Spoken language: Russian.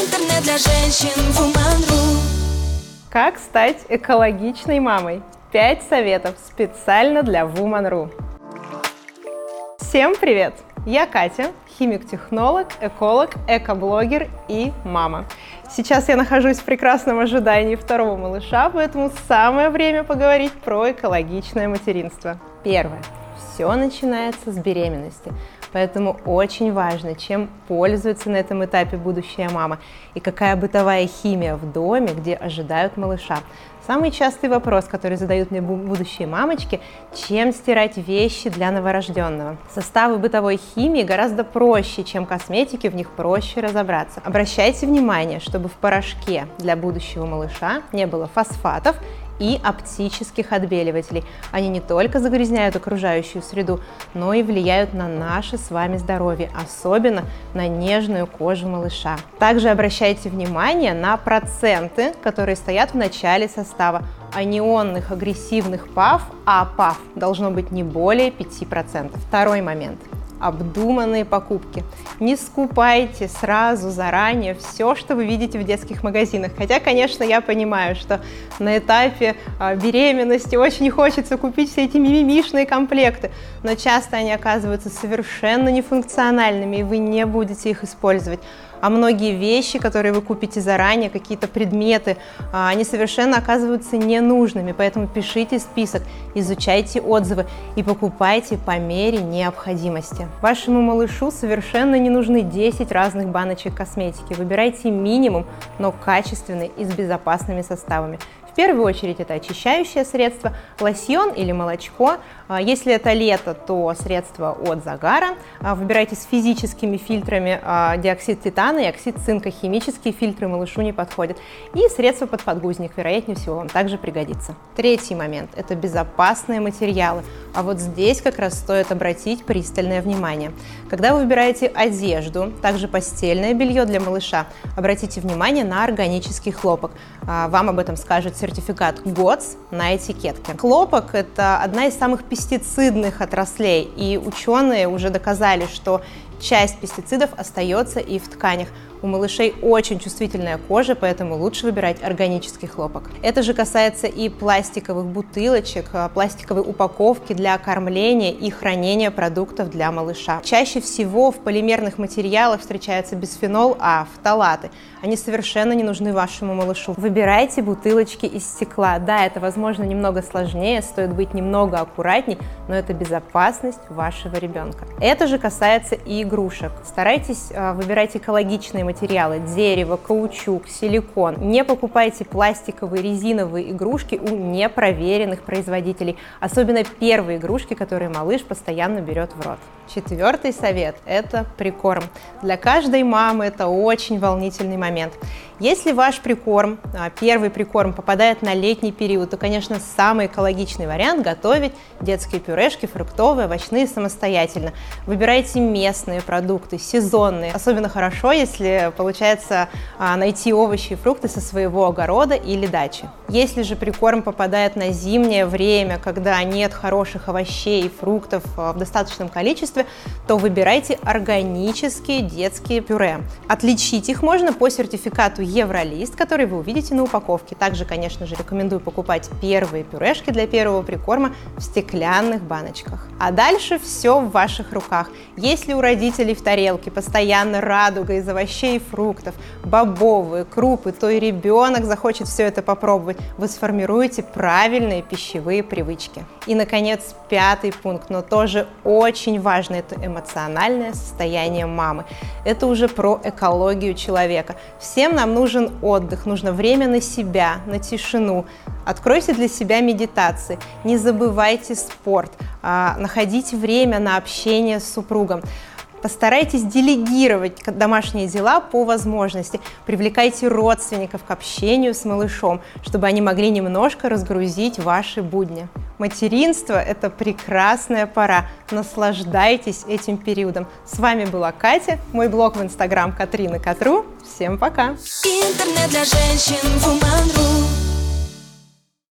Интернет для женщин Woman.ru. Как стать экологичной мамой? 5 советов специально для Woman.ru. Всем привет! Я Катя, химик-технолог, эколог, экоблогер и мама. Сейчас я нахожусь в прекрасном ожидании второго малыша, поэтому самое время поговорить про экологичное материнство. Первое. Все начинается с беременности. Поэтому очень важно, чем пользуется на этом этапе будущая мама и какая бытовая химия в доме, где ожидают малыша. Самый частый вопрос, который задают мне будущие мамочки, чем стирать вещи для новорожденного. Составы бытовой химии гораздо проще, чем косметики, в них проще разобраться. Обращайте внимание, чтобы в порошке для будущего малыша не было фосфатов и оптических отбеливателей. Они не только загрязняют окружающую среду, но и влияют на наше с вами здоровье, особенно на нежную кожу малыша. Также обращайте внимание на проценты, которые стоят в начале состава. Анионных агрессивных ПАВ, а ПАВ должно быть не более 5%. Второй момент. Обдуманные покупки. Не скупайте сразу, заранее все, что вы видите в детских магазинах. Хотя, конечно, я понимаю, что на этапе беременности очень хочется купить все эти мимимишные комплекты, но часто они оказываются совершенно нефункциональными, и вы не будете их использовать. А многие вещи, которые вы купите заранее, какие-то предметы, они совершенно оказываются ненужными. Поэтому пишите список, изучайте отзывы и покупайте по мере необходимости. Вашему малышу совершенно не нужны 10 разных баночек косметики. Выбирайте минимум, но качественный и с безопасными составами. В первую очередь это очищающее средство, лосьон или молочко. Если это лето, то средство от загара. Выбирайте с физическими фильтрами диоксид титана и оксид цинка. Химические фильтры малышу не подходят. И средство под подгузник, вероятнее всего, вам также пригодится. Третий момент – это безопасные материалы. А вот здесь как раз стоит обратить пристальное внимание. Когда вы выбираете одежду, также постельное белье для малыша, обратите внимание на органический хлопок. Вам об этом скажет сертификат ГОТС на этикетке. Хлопок – это одна из самых пестицидных отраслей, и ученые уже доказали, что часть пестицидов остается и в тканях. У малышей очень чувствительная кожа, поэтому лучше выбирать органический хлопок. Это же касается и пластиковых бутылочек, пластиковой упаковки для кормления и хранения продуктов для малыша. Чаще всего в полимерных материалах встречается бисфенол А, фталаты. Они совершенно не нужны вашему малышу. Выбирайте бутылочки из стекла. Да, это, возможно, немного сложнее, стоит быть немного аккуратней, но это безопасность вашего ребенка. Это же касается и игрушек. Старайтесь выбирать экологичные материалы: дерево, каучук, силикон. Не покупайте пластиковые, резиновые игрушки у непроверенных производителей, особенно первые игрушки, которые малыш постоянно берет в рот. Четвертый совет – это прикорм. Для каждой мамы это очень волнительный момент. Если ваш прикорм, первый прикорм, попадает на летний период, то, конечно, самый экологичный вариант – готовить детские пюрешки, фруктовые, овощные самостоятельно. Выбирайте местные продукты, сезонные. Особенно хорошо, если получается найти овощи и фрукты со своего огорода или дачи. Если же прикорм попадает на зимнее время, когда нет хороших овощей и фруктов в достаточном количестве, то выбирайте органические детские пюре. Отличить их можно по сертификату Евролист, который вы увидите на упаковке. Также, конечно же, рекомендую покупать первые пюрешки для первого прикорма в стеклянных баночках. А дальше все в ваших руках. Если у родителей в тарелке постоянно радуга из овощей и фруктов, бобовые, крупы, то и ребенок захочет все это попробовать. Вы сформируете правильные пищевые привычки. И, наконец, пятый пункт, но тоже очень важный, это эмоциональное состояние мамы. Это уже про экологию человека. Всем нам нужен отдых, нужно время на себя, на тишину. Откройте для себя медитации, не забывайте спорт, находите время на общение с супругом. Постарайтесь делегировать домашние дела по возможности. Привлекайте родственников к общению с малышом, чтобы они могли немножко разгрузить ваши будни. Материнство – это прекрасная пора. Наслаждайтесь этим периодом. С вами была Катя, мой блог в Instagram Katrina.ru. Всем пока! Интернет для женщин Woman.ru.